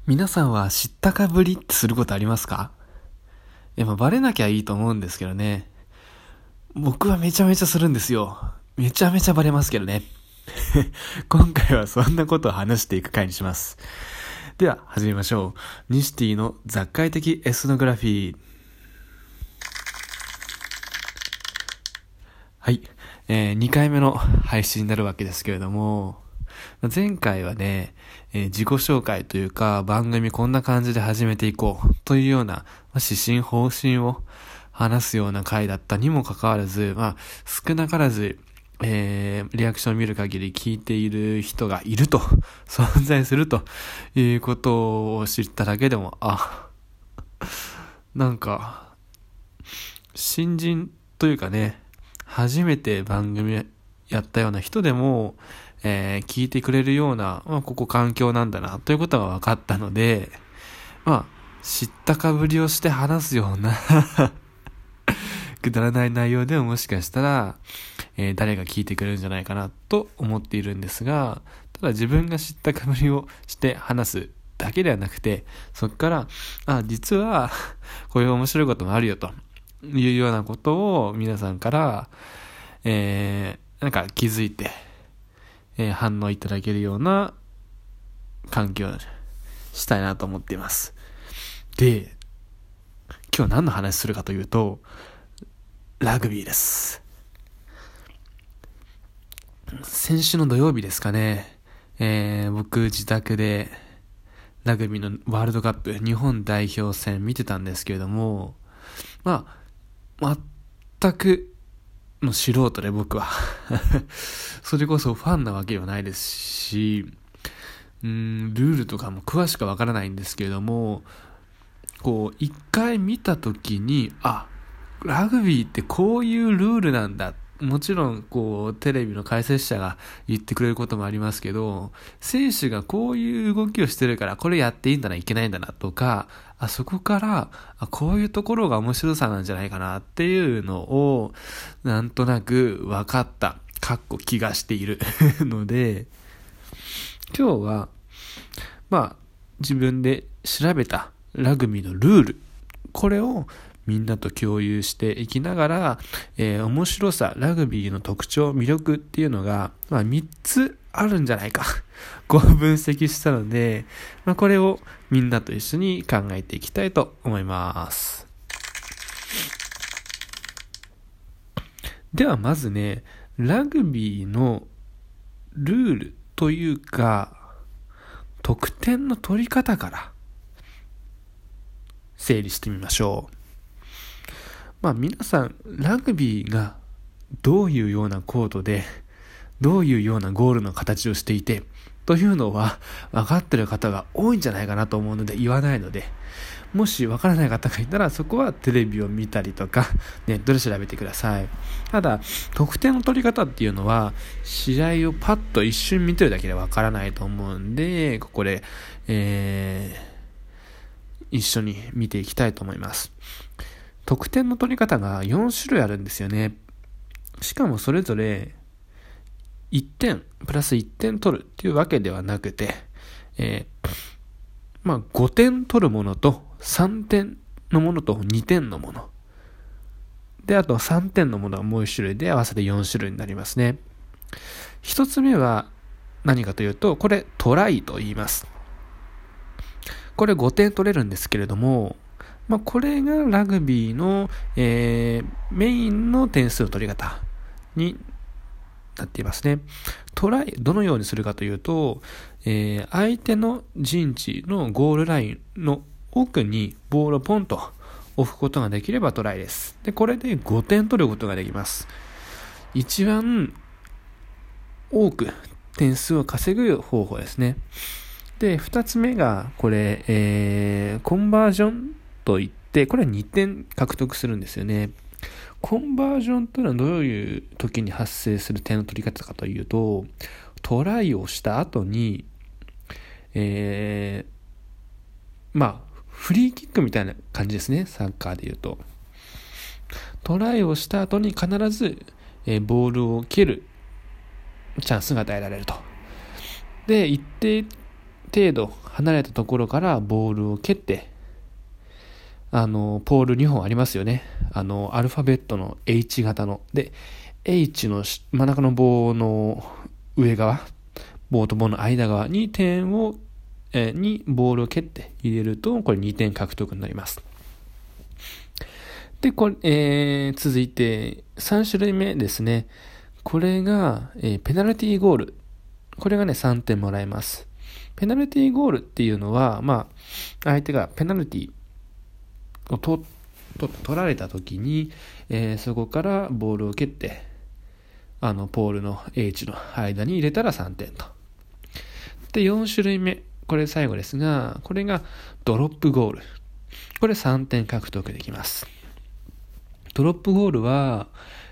皆さんは知ったかぶりってすることありますか？バレなきゃいいと思うんですけどね。僕はめちゃめちゃするんですよ。めちゃめちゃバレますけどね。今回はそんなことを話していく回にします。では、始めましょう。ニシティの雑貨的エスノグラフィー。はい。2回目の配信になるわけですけれども、前回はね、自己紹介というか番組こんな感じで始めていこうというような、指針方針を話すような回だったにもかかわらず、少なからず、リアクションを見る限り聞いている人がいると、存在するということを知っただけでも、なんか、新人というかね、初めて番組やったような人でも、聞いてくれるような、ここ環境なんだなということが分かったので、知ったかぶりをして話すようなくだらない内容でももしかしたら、誰が聞いてくれるんじゃないかなと思っているんですが、ただ自分が知ったかぶりをして話すだけではなくて、そこから実はこういう面白いこともあるよというようなことを皆さんから、なんか気づいて、反応いただけるような環境にしたいなと思っています。で、今日何の話するかというと、ラグビーです。先週の土曜日ですかね、僕自宅でラグビーのワールドカップ日本代表戦見てたんですけれども、全くの素人で僕はそれこそファンなわけではないですし、ルールとかも詳しくわからないんですけれども、一回見たときにラグビーってこういうルールなんだ、もちろんテレビの解説者が言ってくれることもありますけど、選手がこういう動きをしてるからこれやっていいんだな、いけないんだなとか、そこからこういうところが面白さなんじゃないかなっていうのをなんとなく分かった気がしているので、今日は自分で調べたラグビーのルール、これをみんなと共有していきながら、面白さ、ラグビーの特徴、魅力っていうのが、3つあるんじゃないか分析したので、これをみんなと一緒に考えていきたいと思います。ではまずね、ラグビーのルールというか得点の取り方から整理してみましょう。皆さんラグビーがどういうようなコートでどういうようなゴールの形をしていてというのは分かっている方が多いんじゃないかなと思うので言わないので、もし分からない方がいたらそこはテレビを見たりとかネットで調べてください。ただ得点の取り方っていうのは試合をパッと一瞬見てるだけで分からないと思うんで、ここで、一緒に見ていきたいと思います。得点の取り方が4種類あるんですよね。しかもそれぞれ1点プラス1点取るっていうわけではなくて、5点取るものと3点のものと2点のもので、あと3点のものがもう1種類で合わせて4種類になりますね。1つ目は何かというと、これトライと言います。これ5点取れるんですけれども、これがラグビーの、メインの点数の取り方になっていますね。トライ、どのようにするかというと、相手の陣地のゴールラインの奥にボールをポンと置くことができればトライです。で、これで5点取ることができます。一番多く点数を稼ぐ方法ですね。で、2つ目がこれ、コンバージョンといって、これは2点獲得するんですよね。コンバージョンというのはどういう時に発生する点の取り方かというと、トライをした後に、フリーキックみたいな感じですね、サッカーでいうと。トライをした後に必ず、ボールを蹴るチャンスが与えられると。で、一定程度離れたところからボールを蹴って、ポール2本ありますよね。アルファベットの H 型の。で、H の真ん中の棒の上側、棒と棒の間側ににボールを蹴って入れると、これ2点獲得になります。で、続いて3種類目ですね。これが、ペナルティーゴール。これがね、3点もらえます。ペナルティーゴールっていうのは、相手がペナルティを取られた時に、そこからボールを蹴って、ポールの H の間に入れたら3点と。で、4種類目。これ最後ですが、これがドロップゴール。これ3点獲得できます。ドロップゴールは、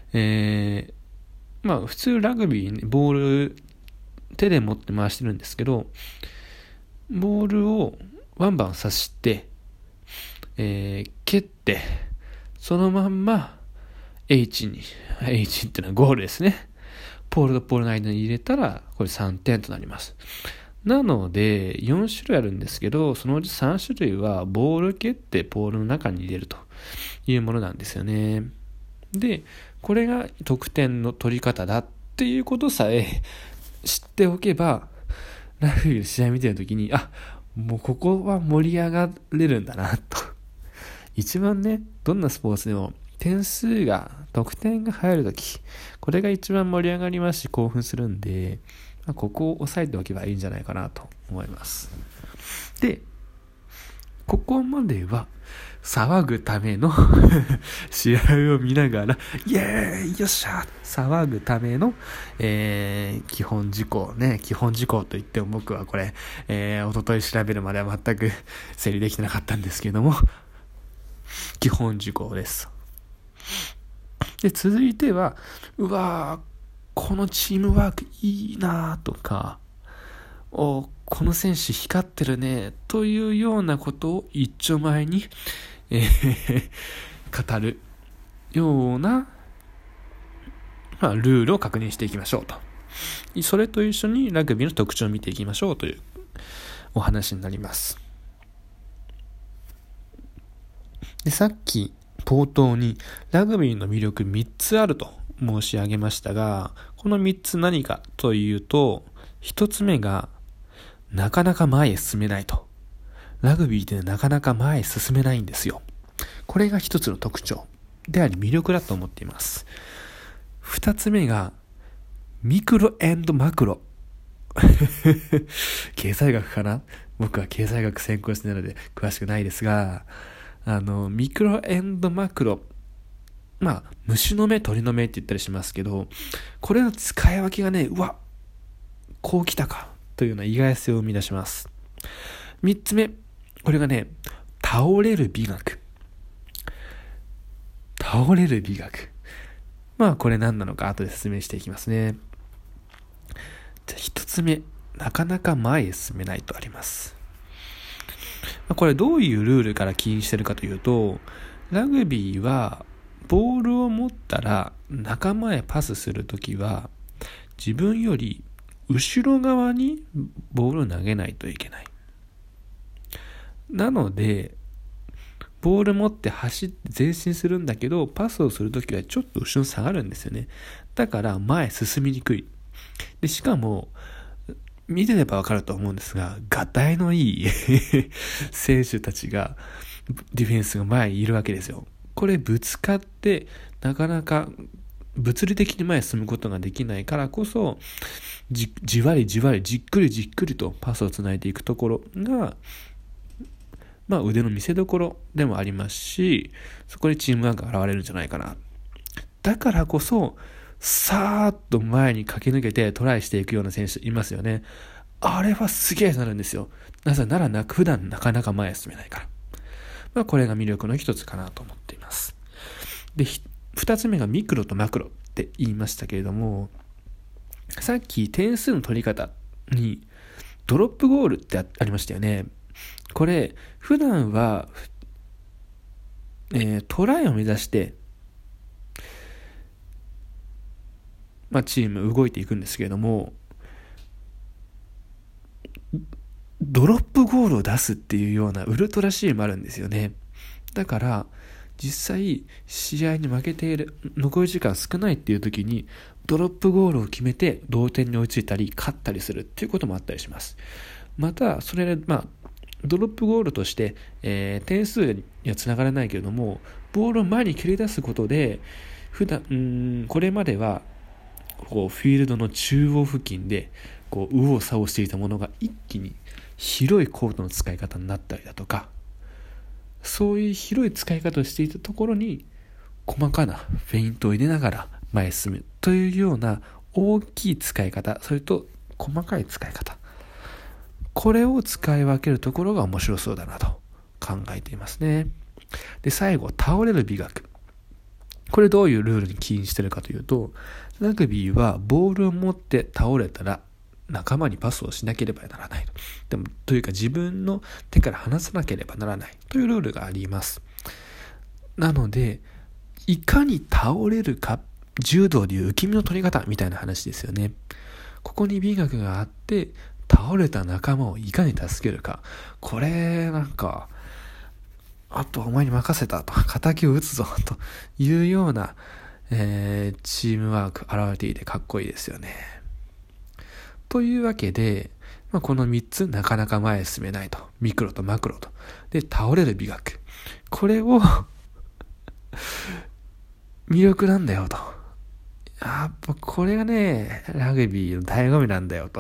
普通ラグビー、ね、ボール手で持って回してるんですけど、ボールをワンバン刺して、蹴って、そのまんま H っていうのはゴールですね。ポールとポールの間に入れたら、これ3点となります。なので、4種類あるんですけど、そのうち3種類はボール蹴ってポールの中に入れるというものなんですよね。で、これが得点の取り方だっていうことさえ知っておけば、ラグビーの試合見てるときに、もうここは盛り上がれるんだなと。一番ね、どんなスポーツでも得点が入るとき、これが一番盛り上がりますし興奮するんで、ここを押さえておけばいいんじゃないかなと思います。で、ここまでは騒ぐための試合を見ながらイエーイよっしゃ騒ぐための、基本事項と言っても僕はこれ、一昨日調べるまでは全く整理できてなかったんですけども、基本事項です。で、続いてはこのチームワークいいなとか、この選手光ってるねというようなことを一丁前に、語るような、ルールを確認していきましょうと。それと一緒にラグビーの特徴を見ていきましょうというお話になります。で、さっき冒頭にラグビーの魅力3つあると申し上げましたが、この3つ何かというと、1つ目がなかなか前へ進めないと。ラグビーでなかなか前へ進めないんですよ。これが一つの特徴であり魅力だと思っています。2つ目がミクロ&マクロ。経済学かな？僕は経済学専攻してないので詳しくないですが、ミクロ&マクロ、虫の目鳥の目って言ったりしますけど、これの使い分けがね、こう来たかというような意外性を生み出します。3つ目、これがね、倒れる美学。これ何なのか後で説明していきますね。じゃあ1つ目、なかなか前へ進めないとあります。これどういうルールから起因しているかというと、ラグビーはボールを持ったら仲間へパスするときは自分より後ろ側にボールを投げないといけない。なのでボール持って走って前進するんだけど、パスをするときはちょっと後ろに下がるんですよね。だから前進みにくい。で、しかも見てればわかると思うんですが、がたいのいい選手たちが、ディフェンスが前にいるわけですよ。これぶつかってなかなか物理的に前に進むことができないからこそ、じわりじっくりとパスをつないでいくところが、腕の見せ所でもありますし、そこでチームワークが現れるんじゃないかな。だからこそさーっと前に駆け抜けてトライしていくような選手いますよね。あれはすげえなるんですよ。なぜなら普段なかなか前へ進めないから。これが魅力の一つかなと思っています。で、二つ目がミクロとマクロって言いましたけれども、さっき点数の取り方にドロップゴールってありましたよね。これ普段は、トライを目指してチーム動いていくんですけれども、ドロップゴゴールを出すっていうようなウルトラシーンもあるんですよね。だから実際試合に負けている、残り時間少ないっていう時にドロップゴールを決めて同点に追いついたり勝ったりするっていうこともあったりします。またそれでドロップゴールとして、点数にはつながらないけれども、ボールを前に蹴り出すことでこれまではこうフィールドの中央付近でこう右往左往していたものが一気に広いコートの使い方になったりだとか、そういう広い使い方をしていたところに細かなフェイントを入れながら前へ進むというような大きい使い方、それと細かい使い方、これを使い分けるところが面白そうだなと考えていますね。で、最後、倒れる美学。これどういうルールに起因しているかというと、ラグビーはボールを持って倒れたら仲間にパスをしなければならないというか自分の手から離さなければならないというルールがあります。なのでいかに倒れるか、柔道でいう受け身の取り方みたいな話ですよね。ここに美学があって、倒れた仲間をいかに助けるか、これあとお前に任せたと、仇を打つぞというような、チームワーク現れていてかっこいいですよね。というわけで、この3つなかなか前へ進めないと、ミクロとマクロとで倒れる美学、これを魅力なんだよと、やっぱこれがねラグビーの醍醐味なんだよと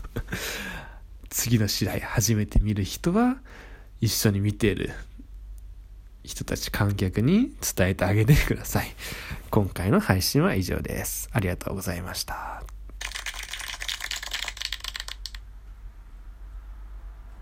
次の試合初めて見る人は一緒に見ている人たち観客に伝えてあげてください。今回の配信は以上です。ありがとうございました。